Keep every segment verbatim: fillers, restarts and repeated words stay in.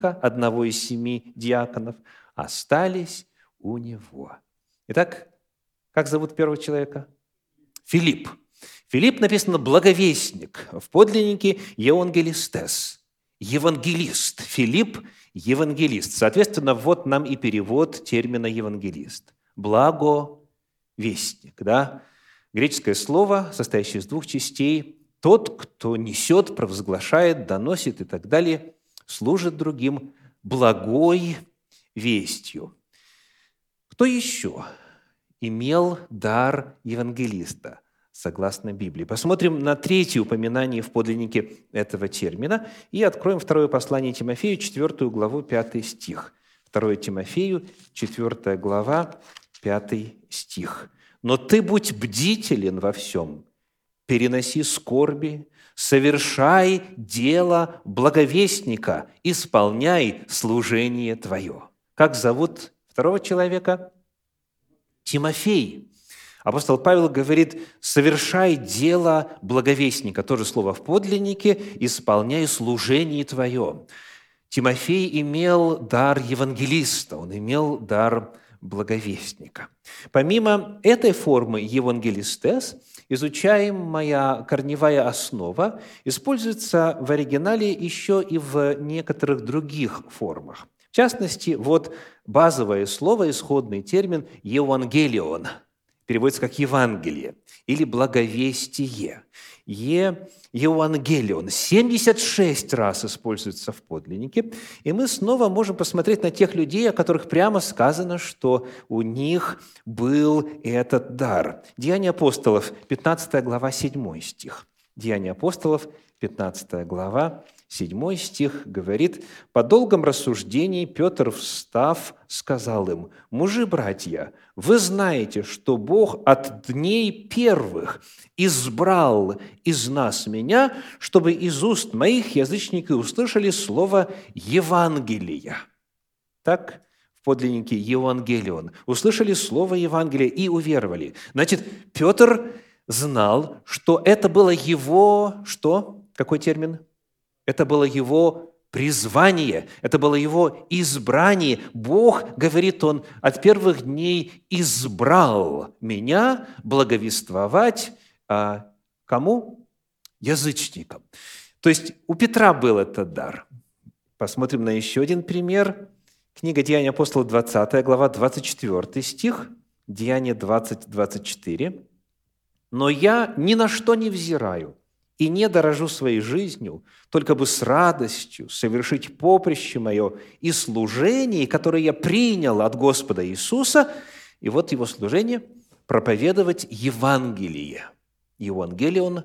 одного из семи диаконов, остались у него. Итак, как зовут первого человека? Филипп. Филипп написано «благовестник», в подлиннике «евангелистес», «евангелист». Филипп – евангелист. Соответственно, вот нам и перевод термина «евангелист». Благовестник, да? Греческое слово, состоящее из двух частей. Тот, кто несет, провозглашает, доносит и так далее, служит другим благой вестью. Кто еще имел дар евангелиста, согласно Библии? Посмотрим на третье упоминание в подлиннике этого термина и откроем второе послание Тимофею, четвертую главу, пятый стих. второе Тимофею, четвертая глава, пятый стих. «Но ты будь бдителен во всем, переноси скорби, совершай дело благовестника, исполняй служение твое». Как зовут второго человека? Тимофей. Апостол Павел говорит: «Совершай дело благовестника», тоже слово в подлиннике, «исполняй служение твое». Тимофей имел дар евангелиста, он имел дар благовестника. Помимо этой формы евангелистес, изучаемая корневая основа используется в оригинале еще и в некоторых других формах. В частности, вот базовое слово, исходный термин «евангелион», переводится как «Евангелие» или «благовестие». Е, Евангелион семьдесят шесть раз используется в подлиннике, и мы снова можем посмотреть на тех людей, о которых прямо сказано, что у них был этот дар. Деяния апостолов, пятнадцатая глава, седьмой стих. Деяния апостолов, пятнадцатая глава, седьмой стих говорит: «По долгом рассуждении Петр, встав, сказал им: мужи, братья, вы знаете, что Бог от дней первых избрал из нас меня, чтобы из уст моих язычники услышали слово Евангелия». Так, в подлиннике «Евангелион» услышали слово Евангелия и уверовали. Значит, Петр знал, что это было его, что? Какой термин? Это было его призвание, это было его избрание. Бог, говорит он, от первых дней избрал меня благовествовать а, кому? Язычникам. То есть у Петра был этот дар. Посмотрим на еще один пример. Книга Деяний апостолов, двадцатая глава, двадцать четвёртый стих. Деяния двадцать, двадцать четыре. «Но я ни на что не взираю и не дорожу своей жизнью, только бы с радостью совершить поприще мое и служение, которое я принял от Господа Иисуса». И вот его служение – проповедовать Евангелие. Евангелион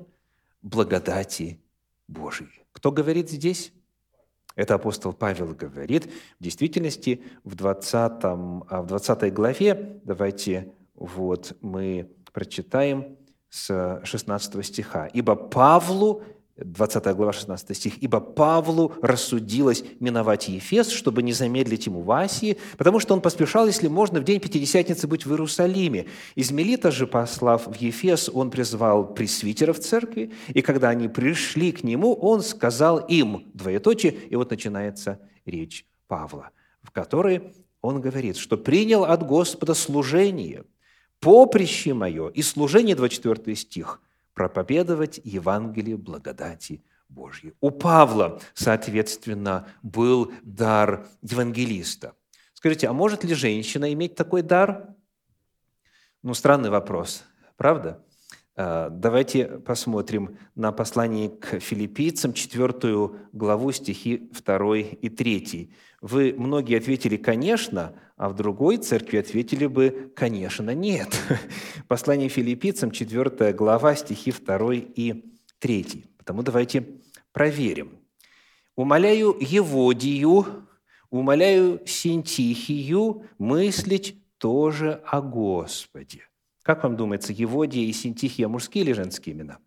благодати Божией. Кто говорит здесь? Это апостол Павел говорит. В действительности, в, двадцатом, в двадцатой главе, давайте вот мы прочитаем с шестнадцатого стиха. «Ибо Павлу», двадцатая глава, шестнадцатый стих, «ибо Павлу рассудилось миновать Ефес, чтобы не замедлить ему в Асии, потому что он поспешал, если можно, в день Пятидесятницы быть в Иерусалиме. Из Мелита же, послав в Ефес, он призвал пресвитеров церкви, и когда они пришли к нему, он сказал им, двоеточие, и вот начинается речь Павла, в которой он говорит, что принял от Господа служение, поприще мое и служение», двадцать четвёртый стих, «проповедовать Евангелие благодати Божьей». У Павла, соответственно, был дар евангелиста. Скажите, а может ли женщина иметь такой дар? Ну, странный вопрос, правда? Давайте посмотрим на послание к филиппийцам, четвёртую главу, стихи второй и третий. Вы многие ответили «конечно», а в другой церкви ответили бы «конечно, нет». Послание филиппийцам, четвёртая глава, стихи второй и третий. Потому давайте проверим. «Умоляю Еводию, умоляю Синтихию мыслить тоже о Господе». Как вам думается, Еводия и Синтихия мужские или женские имена?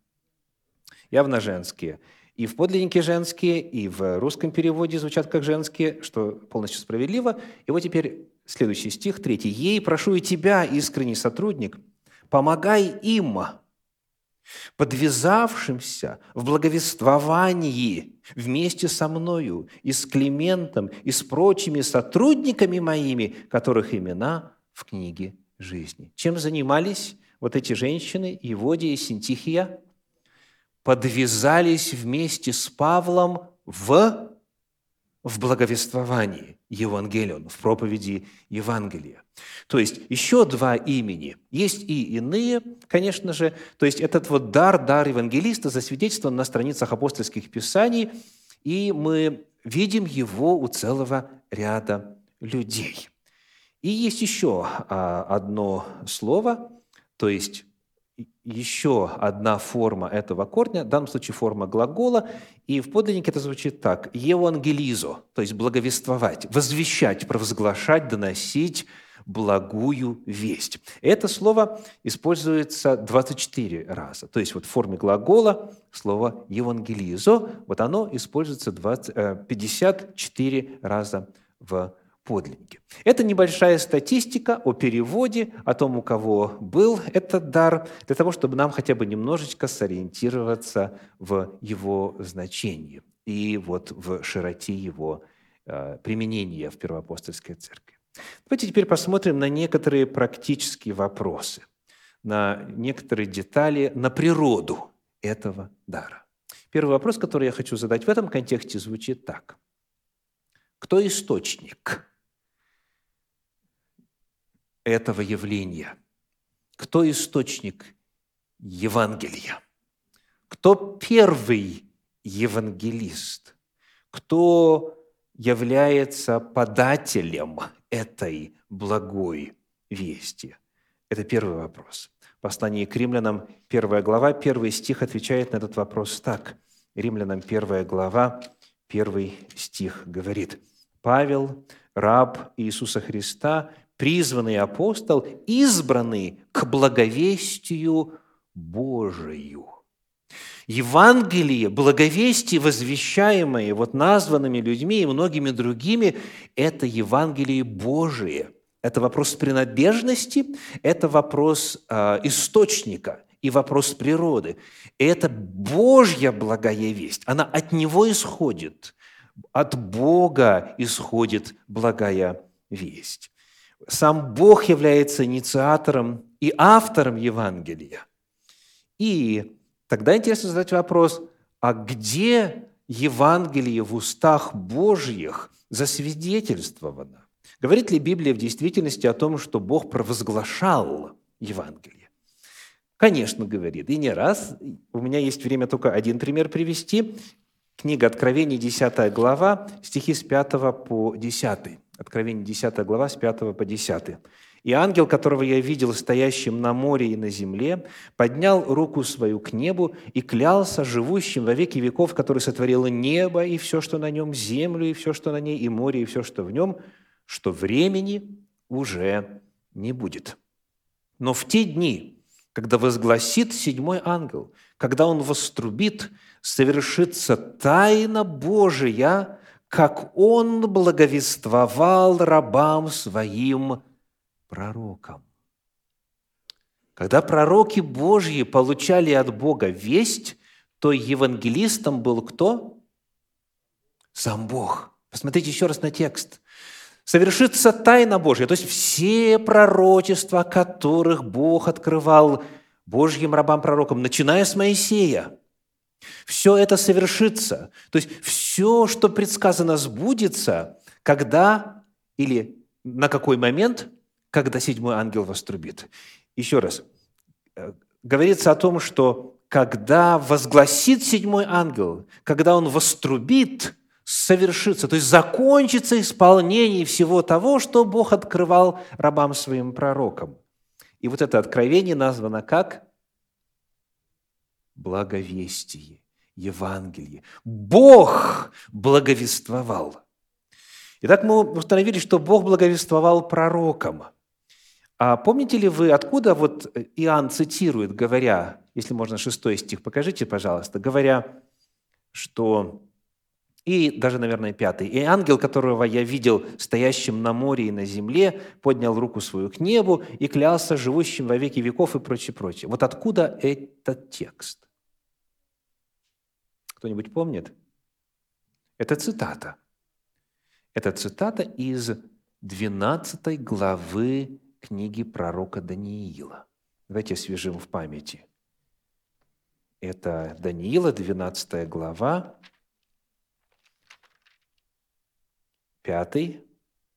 Явно женские. И в подлиннике женские, и в русском переводе звучат как женские, что полностью справедливо. И вот теперь следующий стих, третий. «Ей прошу и тебя, искренний сотрудник, помогай им подвязавшимся в благовествовании вместе со мною и с Климентом и с прочими сотрудниками моими, которых имена в книге жизни». Чем занимались вот эти женщины, Еводия и Синтихия? Подвязались вместе с Павлом в, в благовествовании Евангелион, в проповеди Евангелия. То есть еще два имени. Есть и иные, конечно же. То есть этот вот дар, дар евангелиста засвидетельствован на страницах апостольских писаний, и мы видим его у целого ряда людей. И есть еще одно слово, то есть еще одна форма этого корня, в данном случае форма глагола, и в подлиннике это звучит так: «евангелизо», то есть благовествовать, возвещать, провозглашать, доносить благую весть. Это слово используется двадцать четыре раза. То есть вот в форме глагола слово «евангелизо», вот оно используется двадцать, пятьдесят четыре раза в подлиннике. Это небольшая статистика о переводе, о том, у кого был этот дар, для того, чтобы нам хотя бы немножечко сориентироваться в его значении и вот в широте его э, применения в Первоапостольской церкви. Давайте теперь посмотрим на некоторые практические вопросы, на некоторые детали, на природу этого дара. Первый вопрос, который я хочу задать в этом контексте, звучит так. Кто источник этого явления? Кто источник Евангелия? Кто первый евангелист? Кто является подателем этой благой вести? Это первый вопрос. В послании к Римлянам, первая глава, первый стих отвечает на этот вопрос так. Римлянам, первая глава, первый стих говорит: «Павел, раб Иисуса Христа, призванный апостол, избранный к благовестию Божию». Евангелие, благовестие, возвещаемое вот названными людьми и многими другими, это Евангелие Божие. Это вопрос принадлежности, это вопрос э, источника и вопрос природы. Это Божья благая весть, она от Него исходит, от Бога исходит благая весть. Сам Бог является инициатором и автором Евангелия. И тогда интересно задать вопрос, а где Евангелие в устах Божьих засвидетельствовано? Говорит ли Библия в действительности о том, что Бог провозглашал Евангелие? Конечно, говорит, и не раз. У меня есть время только один пример привести. Книга Откровений, десятая глава, стихи с пятого по десятый. Откровение, десятая глава, с пятого по десятый. «И ангел, которого я видел стоящим на море и на земле, поднял руку свою к небу и клялся живущим во веки веков, который сотворил небо и все, что на нем, землю и все, что на ней, и море и все, что в нем, что времени уже не будет. Но в те дни, когда возгласит седьмой ангел, когда он вострубит, совершится тайна Божия, как он благовествовал рабам своим пророкам». Когда пророки Божьи получали от Бога весть, то евангелистом был кто? Сам Бог. Посмотрите еще раз на текст. Совершится тайна Божья, то есть все пророчества, которых Бог открывал Божьим рабам-пророкам, начиная с Моисея, все это совершится. То есть все, что предсказано, сбудется, когда или на какой момент, когда седьмой ангел вострубит. Еще раз, говорится о том, что когда возгласит седьмой ангел, когда он вострубит, совершится, то есть закончится исполнение всего того, что Бог открывал рабам своим пророкам. И вот это откровение названо как благовестие, Евангелие. Бог благовествовал. Итак, мы установили, что Бог благовествовал пророкам. А помните ли вы, откуда вот Иоанн цитирует, говоря, если можно, шестой стих, покажите, пожалуйста, говоря, что И даже, наверное, пятый. «И ангел, которого я видел стоящим на море и на земле, поднял руку свою к небу и клялся живущим во веки веков» и прочее, прочее. Вот откуда этот текст? Кто-нибудь помнит? Это цитата. Это цитата из двенадцатой главы книги пророка Даниила. Давайте освежим в памяти. Это Даниила, двенадцатая глава, пятый,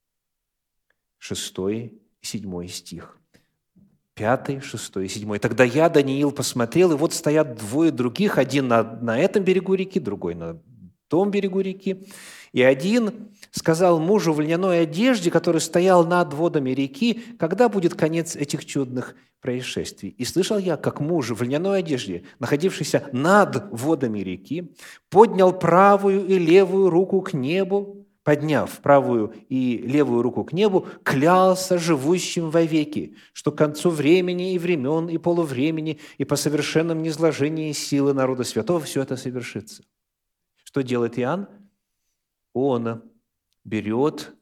шестой и седьмой стих. Пятый, шестой и седьмой. «Тогда я, Даниил, посмотрел, и вот стоят двое других, один на, на этом берегу реки, другой на том берегу реки. И один сказал мужу в льняной одежде, который стоял над водами реки, когда будет конец этих чудных происшествий. И слышал я, как муж в льняной одежде, находившийся над водами реки, поднял правую и левую руку к небу, подняв правую и левую руку к небу, клялся живущим вовеки, что к концу времени и времен, и полувремени, и по совершенном низложении силы народа святого все это совершится». Что делает Иоанн? Он берет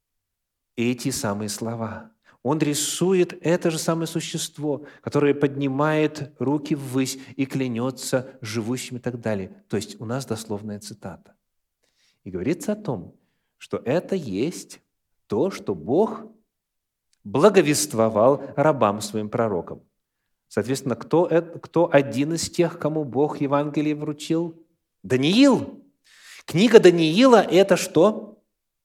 эти самые слова. Он рисует это же самое существо, которое поднимает руки ввысь и клянется живущим и так далее. То есть у нас дословная цитата. И говорится о том, что это есть то, что Бог благовествовал рабам своим пророкам. Соответственно, кто, это, кто один из тех, кому Бог Евангелие вручил? Даниил. Книга Даниила – это что?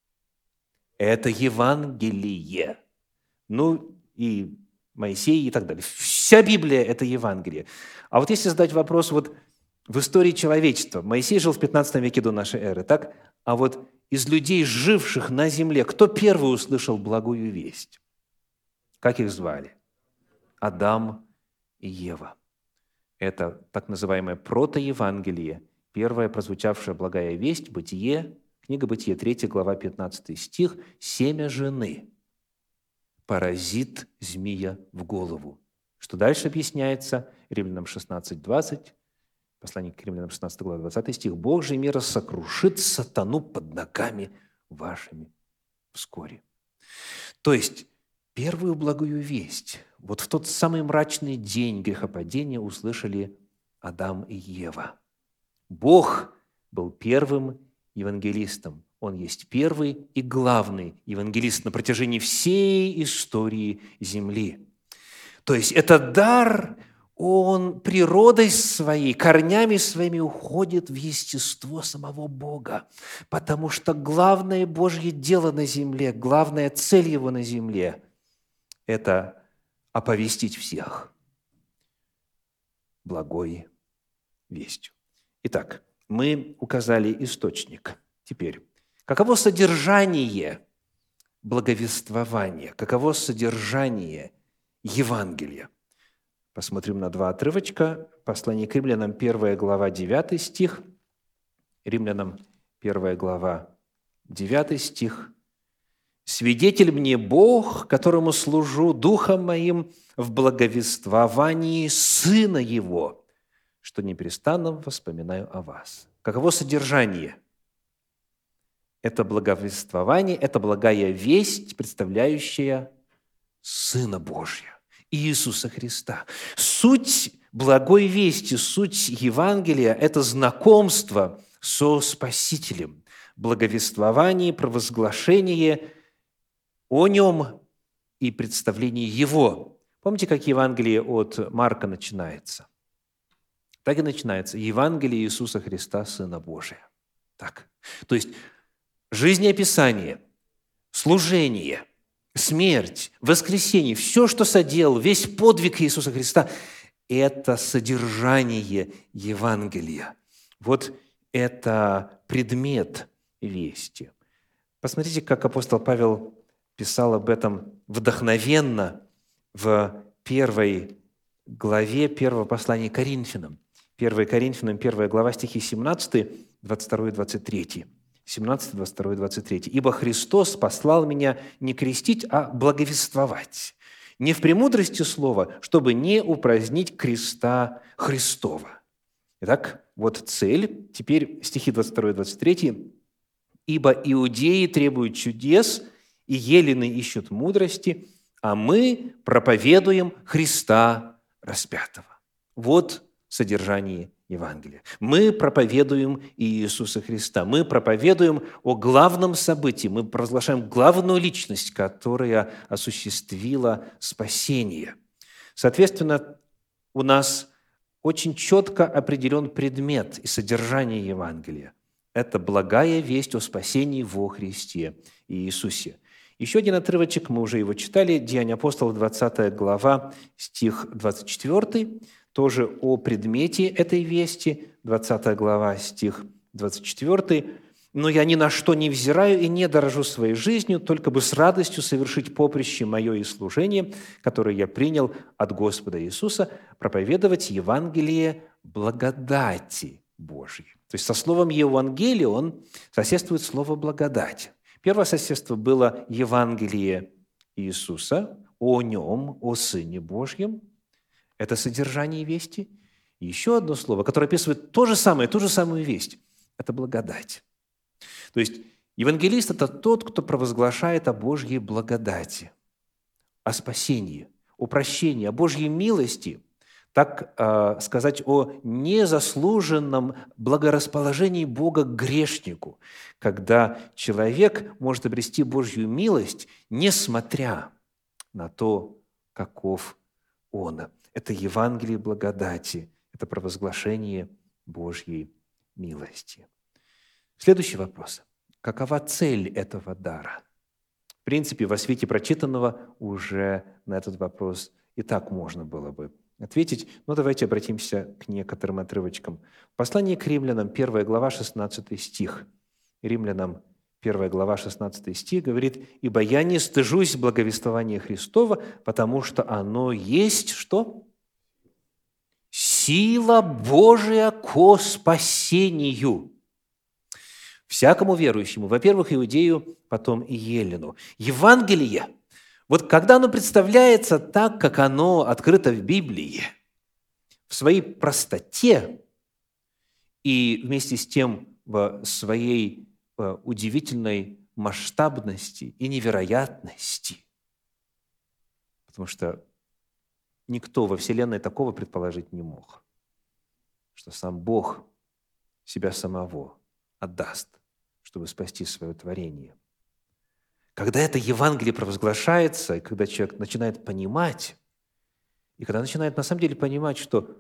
Это Евангелие. Ну, и Моисей и так далее. Вся Библия – это Евангелие. А вот если задать вопрос, вот в истории человечества, Моисей жил в пятнадцатом веке до нашей эры, так? А вот из людей, живших на земле, кто первый услышал благую весть? Как их звали? Адам и Ева. Это так называемое протоевангелие, первая прозвучавшая благая весть, Бытие, книга Бытие, третья глава, пятнадцатый стих, «Семя жены поразит змея в голову». Что дальше объясняется? Римлянам шестнадцать, двадцать, послание к Римлянам шестнадцать глава, двадцатый стих. «Бог же мира сокрушит сатану под ногами вашими вскоре». То есть, первую благую весть вот в тот самый мрачный день грехопадения услышали Адам и Ева. Бог был первым евангелистом. Он есть первый и главный евангелист на протяжении всей истории земли. То есть этот дар, он природой своей, корнями своими уходит в естество самого Бога, потому что главное Божье дело на земле, главная цель Его на земле – это оповестить всех благой вестью. Итак, мы указали источник. Теперь, каково содержание благовествования, каково содержание Евангелия? Посмотрим на два отрывочка. Послание к Римлянам, первая глава, девятый стих. Римлянам, первая глава, девятый стих. «Свидетель мне Бог, которому служу Духом моим в благовествовании Сына Его, что непрестанно воспоминаю о вас». Каково содержание? Это благовествование, это благая весть, представляющая Сына Божия, Иисуса Христа. Суть благой вести, суть Евангелия – это знакомство со Спасителем, благовествование, провозглашение о Нем и представление Его. Помните, как Евангелие от Марка начинается? Так и начинается Евангелие Иисуса Христа, Сына Божия. Так. То есть жизнеописание, служение, смерть, воскресение, все, что соделал, весь подвиг Иисуса Христа – это содержание Евангелия. Вот это предмет вести. Посмотрите, как апостол Павел писал об этом вдохновенно в первой главе первого послания Коринфянам. первое Коринфянам, первая глава, стихи семнадцатый, двадцать второй, двадцать третий. семнадцатый, двадцать второй, двадцать третий. «Ибо Христос послал меня не крестить, а благовествовать, не в премудрости слова, чтобы не упразднить креста Христова». Итак, вот цель. Теперь стихи двадцать два двадцать три. «Ибо иудеи требуют чудес, и елены ищут мудрости, а мы проповедуем Христа распятого». Вот содержание Евангелия. Мы проповедуем Иисуса Христа. Мы проповедуем о главном событии. Мы провозглашаем главную личность, которая осуществила спасение. Соответственно, у нас очень четко определен предмет и содержание Евангелия. Это благая весть о спасении во Христе Иисусе. Еще один отрывочек, мы уже его читали, Деяния апостолов, двадцатая глава, стих двадцать четыре, тоже о предмете этой вести, двадцатая глава, стих двадцать четыре. «Но я ни на что не взираю и не дорожу своей жизнью, только бы с радостью совершить поприще мое и служение, которое я принял от Господа Иисуса, проповедовать Евангелие благодати Божьей». То есть со словом «Евангелие» он соседствует слово «благодать». Первое соседство было Евангелие Иисуса, о Нем, о Сыне Божьем. Это содержание вести. И еще одно слово, которое описывает то же самое, ту же самую весть – это благодать. То есть евангелист – это тот, кто провозглашает о Божьей благодати, о спасении, о прощении, о Божьей милости, так э, сказать, о незаслуженном благорасположении Бога к грешнику, когда человек может обрести Божью милость, несмотря на то, каков он. Это Евангелие благодати, это провозглашение Божьей милости. Следующий вопрос. Какова цель этого дара? В принципе, во свете прочитанного уже на этот вопрос и так можно было бы ответить, но давайте обратимся к некоторым отрывочкам. Послание к римлянам, первая глава, шестнадцатый стих. Римлянам, первая глава, шестнадцатый стих говорит: «Ибо я не стыжусь благовествования Христова, потому что оно есть» что? «Сила Божия ко спасению всякому верующему, во-первых, иудею, потом и елену». Евангелие, вот когда оно представляется так, как оно открыто в Библии, в своей простоте и вместе с тем в своей удивительной масштабности и невероятности, потому что никто во Вселенной такого предположить не мог, что сам Бог себя самого отдаст, чтобы спасти свое творение. Когда это Евангелие провозглашается, и когда человек начинает понимать, и когда начинает на самом деле понимать, что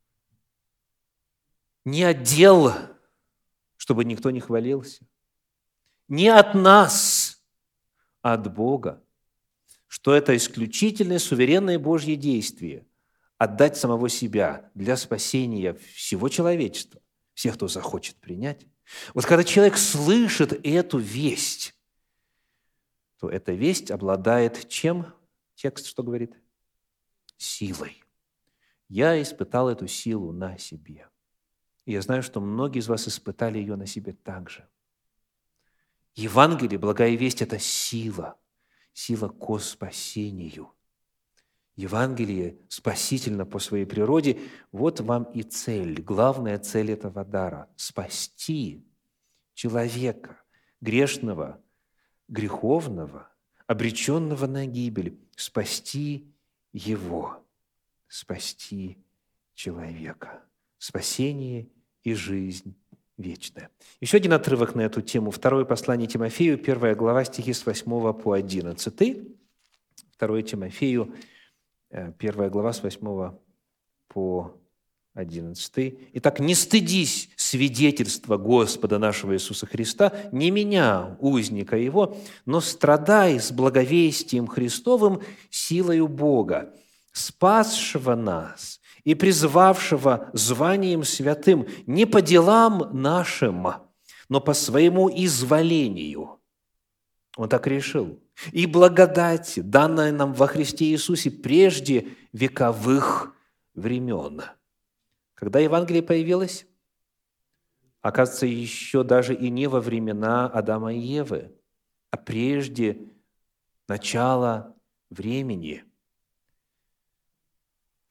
не отдел, чтобы никто не хвалился, не от нас, а от Бога, что это исключительное суверенное Божье действие – отдать самого себя для спасения всего человечества, всех, кто захочет принять. Вот когда человек слышит эту весть, то эта весть обладает чем? Текст что говорит? Силой. Я испытал эту силу на себе. И я знаю, что многие из вас испытали ее на себе также. Евангелие, благая весть – это сила, сила ко спасению. Евангелие спасительно по своей природе. Вот вам и цель, главная цель этого дара – спасти человека, грешного, греховного, обреченного на гибель, спасти его, спасти человека. Спасение и жизнь вечная. Еще один отрывок на эту тему. Второе послание Тимофею, первая глава, стихи с восьмого по одиннадцатый. Второе Тимофею, первая глава, с восьмого по одиннадцатый. «Итак, не стыдись свидетельства Господа нашего Иисуса Христа, не меня, узника Его, но страдай с благовестием Христовым силою Бога, спасшего нас и призвавшего званием святым не по делам нашим, но по своему изволению». Он так решил. «И благодать, данная нам во Христе Иисусе прежде вековых времен». Когда Евангелие появилось? Оказывается, еще даже и не во времена Адама и Евы, а прежде начала времени.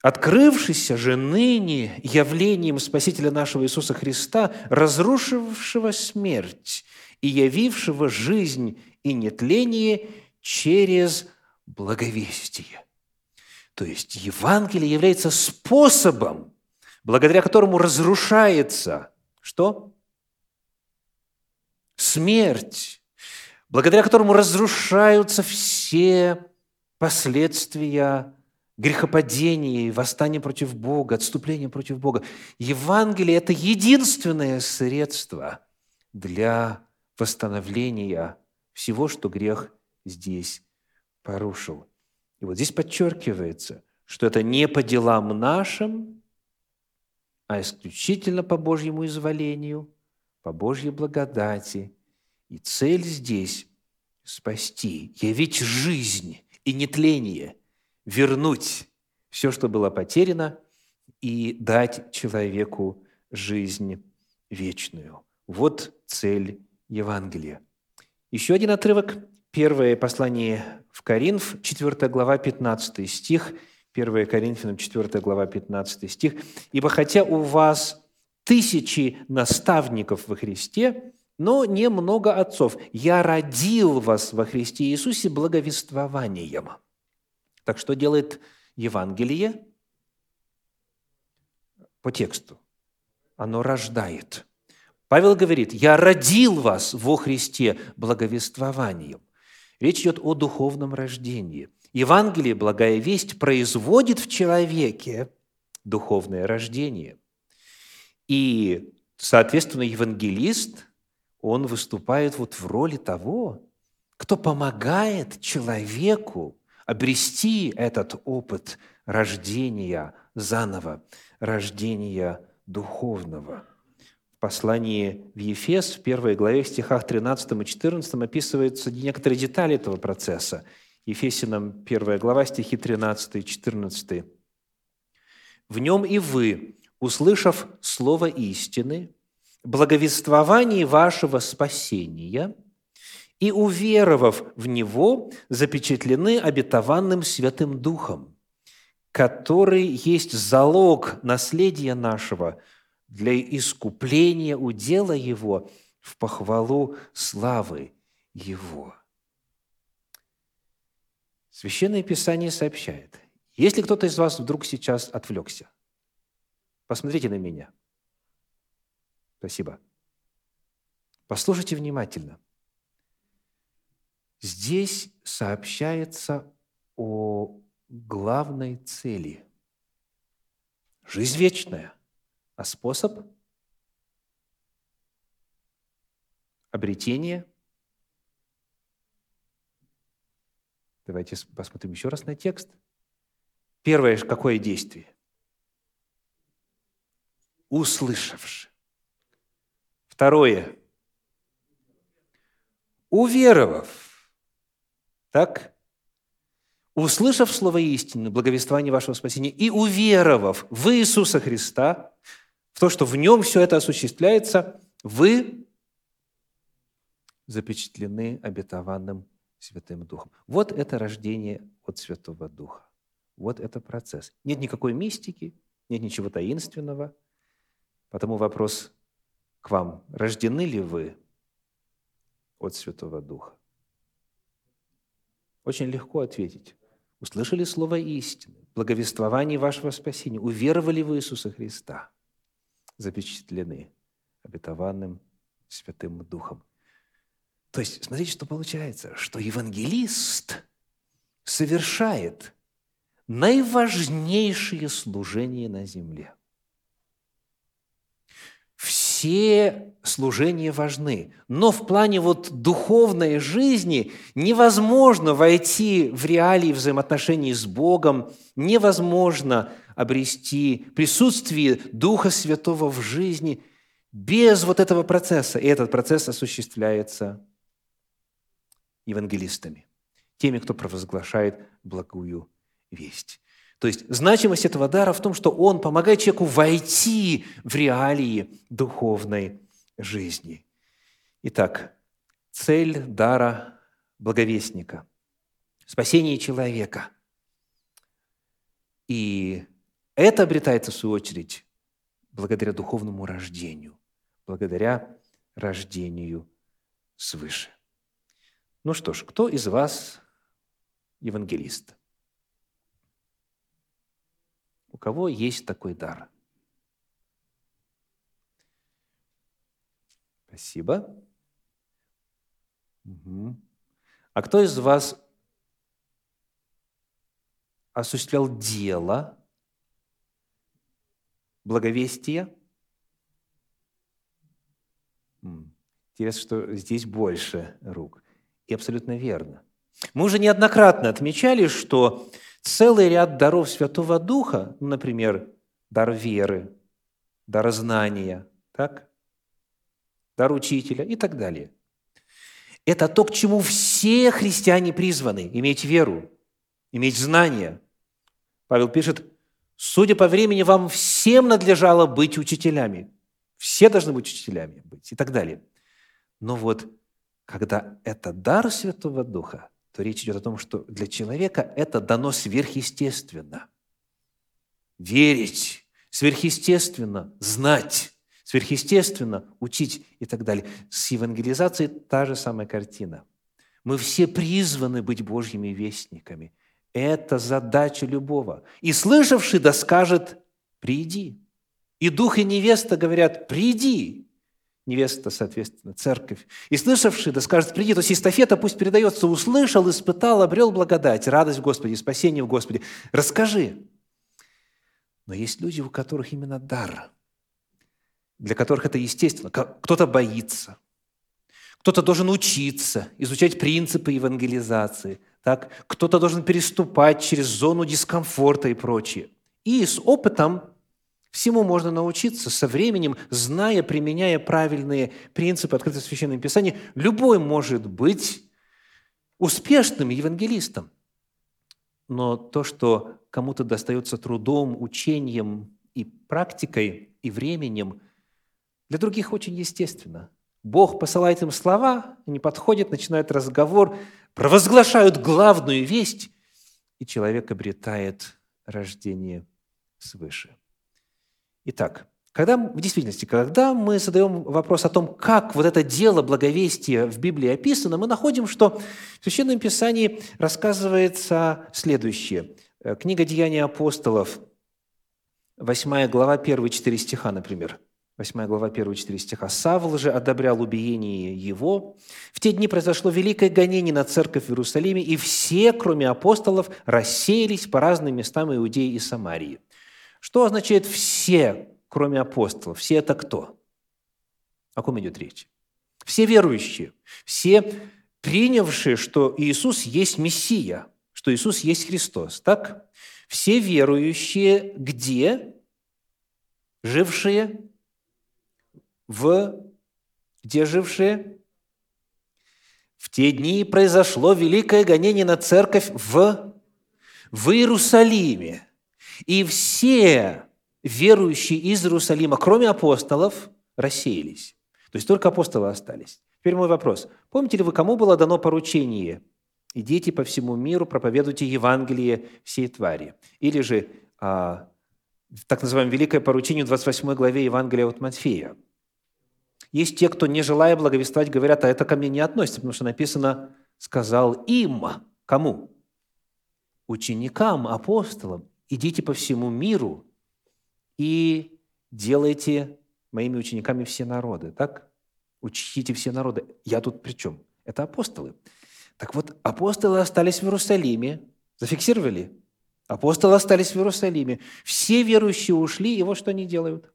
открывшийся же ныне явлением Спасителя нашего Иисуса Христа, разрушившего смерть и явившего жизнь и нетление через благовестие». То есть Евангелие является способом, благодаря которому разрушается что? Смерть, благодаря которому разрушаются все последствия грехопадения, восстания против Бога, отступления против Бога. Евангелие – это единственное средство для восстановления всего, что грех здесь порушил. И вот здесь подчеркивается, что это не по делам нашим, а исключительно по Божьему изволению, по Божьей благодати. И цель здесь – спасти, явить жизнь и нетление, вернуть все, что было потеряно, и дать человеку жизнь вечную. Вот цель Евангелия. Еще один отрывок. Первое послание в Коринф, четвёртая глава, пятнадцатый стих. первое Коринфянам, четвёртая глава, пятнадцатый стих. «Ибо хотя у вас тысячи наставников во Христе, но немного отцов, я родил вас во Христе Иисусе благовествованием». Так что делает Евангелие по тексту? Оно рождает. Павел говорит: «Я родил вас во Христе благовествованием». Речь идет о духовном рождении. Евангелие, благая весть, производит в человеке духовное рождение. И, соответственно, евангелист, он выступает вот в роли того, кто помогает человеку обрести этот опыт рождения заново, рождения духовного. В послании в Ефес, в первой главе, в стихах тринадцатом и четырнадцатом описываются некоторые детали этого процесса. Ефесянам первая глава, стихи тринадцатый и четырнадцатый. «В нем и вы, услышав слово истины, благовествование вашего спасения, и, уверовав в него, запечатлены обетованным Святым Духом, который есть залог наследия нашего для искупления удела его в похвалу славы его». Священное Писание сообщает: если кто-то из вас вдруг сейчас отвлекся, посмотрите на меня. Спасибо. Послушайте внимательно. Здесь сообщается о главной цели. Жизнь вечная. А способ? Обретение. Давайте посмотрим еще раз на текст. Первое, какое действие? Услышавши. Второе. Уверовав. Так? Услышав слово истины, благовествование вашего спасения, и уверовав в Иисуса Христа, в то, что в Нем все это осуществляется, вы запечатлены обетованным Святым Духом. Вот это рождение от Святого Духа. Вот это процесс. Нет никакой мистики, нет ничего таинственного. Потому вопрос к вам: рождены ли вы от Святого Духа? Очень легко ответить. Услышали слово истины, благовествование вашего спасения, уверовали в Иисуса Христа, запечатлены обетованным Святым Духом. То есть, смотрите, что получается, что евангелист совершает наиважнейшее служение на земле. Все служения важны, но в плане вот духовной жизни невозможно войти в реалии взаимоотношений с Богом, невозможно обрести присутствие Духа Святого в жизни без вот этого процесса. И этот процесс осуществляется евангелистами, теми, кто провозглашает благую весть. То есть значимость этого дара в том, что он помогает человеку войти в реалии духовной жизни. Итак, цель дара благовестника – спасение человека. И Это обретается, в свою очередь, благодаря духовному рождению, благодаря рождению свыше. Ну что ж, кто из вас евангелист? У кого есть такой дар? Спасибо. Угу. А кто из вас осуществлял дело благовестия? Интересно, что здесь больше рук. И абсолютно верно. Мы уже неоднократно отмечали, что целый ряд даров Святого Духа, ну, например, дар веры, дар знания, так? дар учителя и так далее. Это то, к чему все христиане призваны – иметь веру, иметь знания. Павел пишет, судя по времени, вам всем надлежало быть учителями. Все должны быть учителями быть и так далее. Но вот когда это дар Святого Духа, то речь идет о том, что для человека это дано сверхъестественно. Верить, сверхъестественно знать, сверхъестественно учить и так далее. С евангелизацией та же самая картина. Мы все призваны быть Божьими вестниками. Это задача любого. И слышавший да скажет «приди». И дух и невеста говорят «приди». Невеста, соответственно, церковь. И слышавший да скажет «приди». То есть эстафета пусть передается. Услышал, испытал, обрел благодать, радость в Господе, спасение в Господе. Расскажи. Но есть люди, у которых именно дар, для которых это естественно. Кто-то боится, кто-то должен учиться, изучать принципы евангелизации. Так? Кто-то должен переступать через зону дискомфорта и прочее. И с опытом всему можно научиться со временем, зная, применяя правильные принципы открытого Священного Писания. Любой может быть успешным евангелистом. Но то, что кому-то достается трудом, учением и практикой, и временем, для других очень естественно. Бог посылает им слова, они подходят, начинают разговор, провозглашают главную весть, и человек обретает рождение свыше. Итак, когда, в действительности, когда мы задаем вопрос о том, как вот это дело благовестия в Библии описано, мы находим, что в Священном Писании рассказывается следующее. Книга «Деяния апостолов», восьмая глава, первые четыре стиха, например. восьмая глава, первые четыре стиха. «Савл же одобрял убиение его. В те дни произошло великое гонение на церковь в Иерусалиме, и все, кроме апостолов, рассеялись по разным местам Иудеи и Самарии». Что означает «все», кроме апостолов? Все – это кто? О ком идет речь? Все верующие, все принявшие, что Иисус есть Мессия, что Иисус есть Христос. Так? Все верующие где? Жившие в... Где жившие? В те дни произошло великое гонение на церковь в, в Иерусалиме. И все верующие из Иерусалима, кроме апостолов, рассеялись. То есть только апостолы остались. Теперь мой вопрос. Помните ли вы, кому было дано поручение? Идите по всему миру, проповедуйте Евангелие всей твари. Или же а, так называемое великое поручение в двадцать восьмой главе Евангелия от Матфея. Есть те, кто, не желая благовествовать, говорят, а это ко мне не относится, потому что написано «сказал им». Кому? Ученикам, апостолам. Идите по всему миру и делайте моими учениками все народы. Так? Учите все народы. Я тут при чем? Это апостолы. Так вот, апостолы остались в Иерусалиме. Зафиксировали? Апостолы остались в Иерусалиме. Все верующие ушли, и вот что они делают.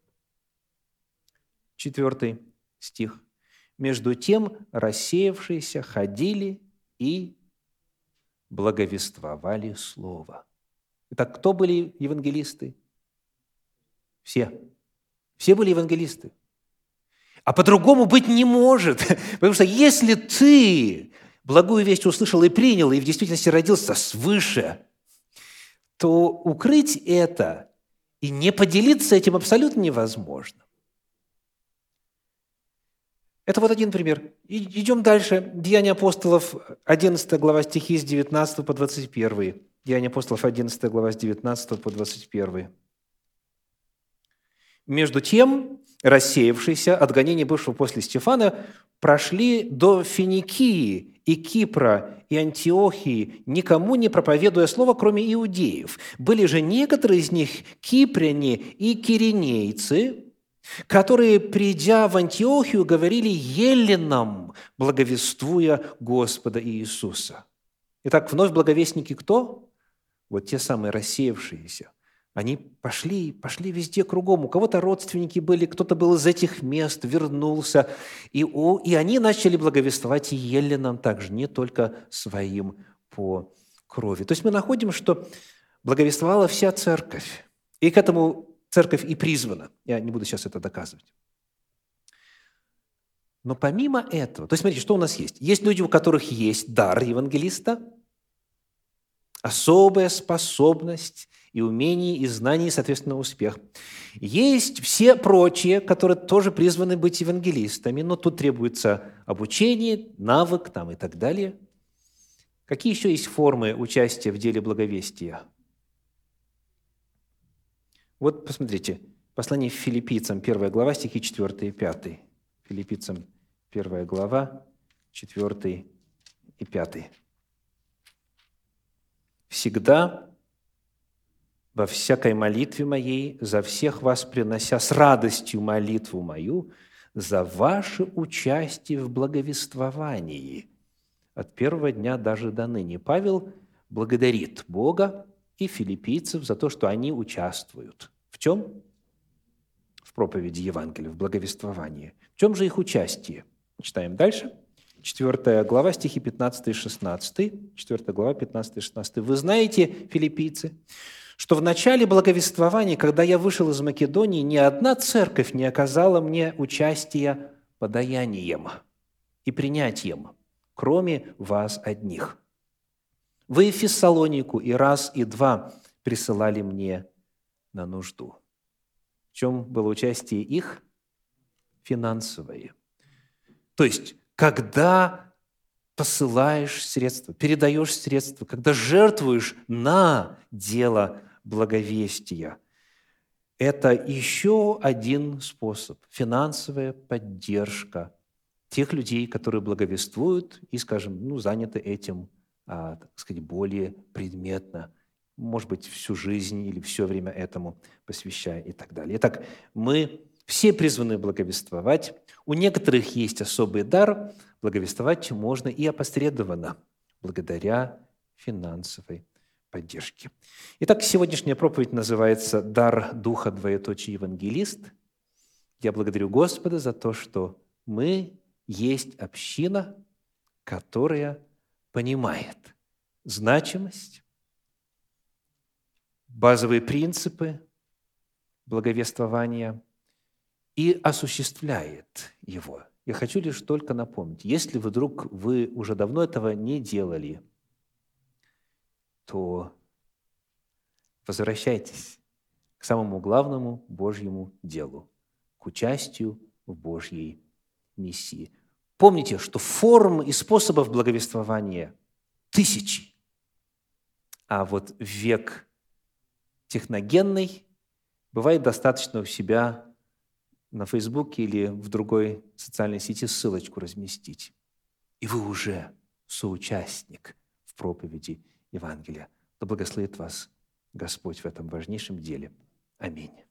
Четвертый стих. «Между тем рассеявшиеся ходили и благовествовали слово». Итак, кто были евангелисты? Все. Все были евангелисты. А по-другому быть не может. Потому что если ты благую весть услышал и принял, и в действительности родился свыше, то укрыть это и не поделиться этим абсолютно невозможно. Это вот один пример. И идем дальше. Деяния апостолов, одиннадцатая глава, стихи с девятнадцатого по двадцать первый. Деяния апостолов, одиннадцатая глава, с девятнадцатого по двадцать первый. Между тем, рассеявшиеся от гонения бывшего после Стефана прошли до Финикии и Кипра и Антиохии, никому не проповедуя слово, кроме иудеев. Были же некоторые из них кипряне и киринейцы, которые, придя в Антиохию, говорили еллинам, благовествуя Господа Иисуса. Итак, вновь благовестники кто? Вот те самые рассеявшиеся. Они пошли, пошли везде кругом. У кого-то родственники были, кто-то был из этих мест, вернулся. И, о, и они начали благовествовать и еллинам также, не только своим по крови. То есть мы находим, что благовествовала вся церковь. И к этому церковь и призвана. Я не буду сейчас это доказывать. Но помимо этого, то есть смотрите, что у нас есть? Есть люди, у которых есть дар евангелиста, особая способность и умение, и знание, и, соответственно, успех. Есть все прочие, которые тоже призваны быть евангелистами, но тут требуется обучение, навык там, и так далее. Какие еще есть формы участия в деле благовестия? Вот посмотрите, послание филиппийцам, первая глава, стихи четвёртый и пятый. Филиппийцам, первая глава, четвёртый и пятый. «Всегда во всякой молитве моей, за всех вас принося с радостью молитву мою, за ваше участие в благовествовании от первого дня даже до ныне». Павел благодарит Бога и филиппийцев за то, что они участвуют. В чем? В проповеди Евангелия, в благовествовании. В чем же их участие? Читаем дальше. четвёртая глава, стихи пятнадцатый и шестнадцатый. четвёртая глава, пятнадцатый и шестнадцатый. «Вы знаете, филиппийцы, что в начале благовествования, когда я вышел из Македонии, ни одна церковь не оказала мне участия подаянием и принятием, кроме вас одних. Вы в Фессалонику и раз, и два присылали мне на нужду». В чем было участие их? Финансовое. То есть, когда посылаешь средства, передаешь средства, когда жертвуешь на дело благовестия, это еще один способ – финансовая поддержка тех людей, которые благовествуют и, скажем, ну, заняты этим, а, так сказать, более предметно, может быть, всю жизнь или все время этому посвящая и так далее. Итак, мы все призваны благовествовать. У некоторых есть особый дар. Благовествовать можно и опосредованно, благодаря финансовой поддержке. Итак, сегодняшняя проповедь называется «Дар Духа, двоеточие, евангелист». Я благодарю Господа за то, что мы есть община, которая понимает значимость, базовые принципы благовествования и осуществляет его. Я хочу лишь только напомнить, если вдруг вы уже давно этого не делали, то возвращайтесь к самому главному Божьему делу, к участию в Божьей миссии. Помните, что форм и способов благовествования тысячи, а вот в век техногенный бывает достаточно у себя на Фейсбуке или в другой социальной сети ссылочку разместить. И вы уже соучастник в проповеди Евангелия. Да благословит вас Господь в этом важнейшем деле. Аминь.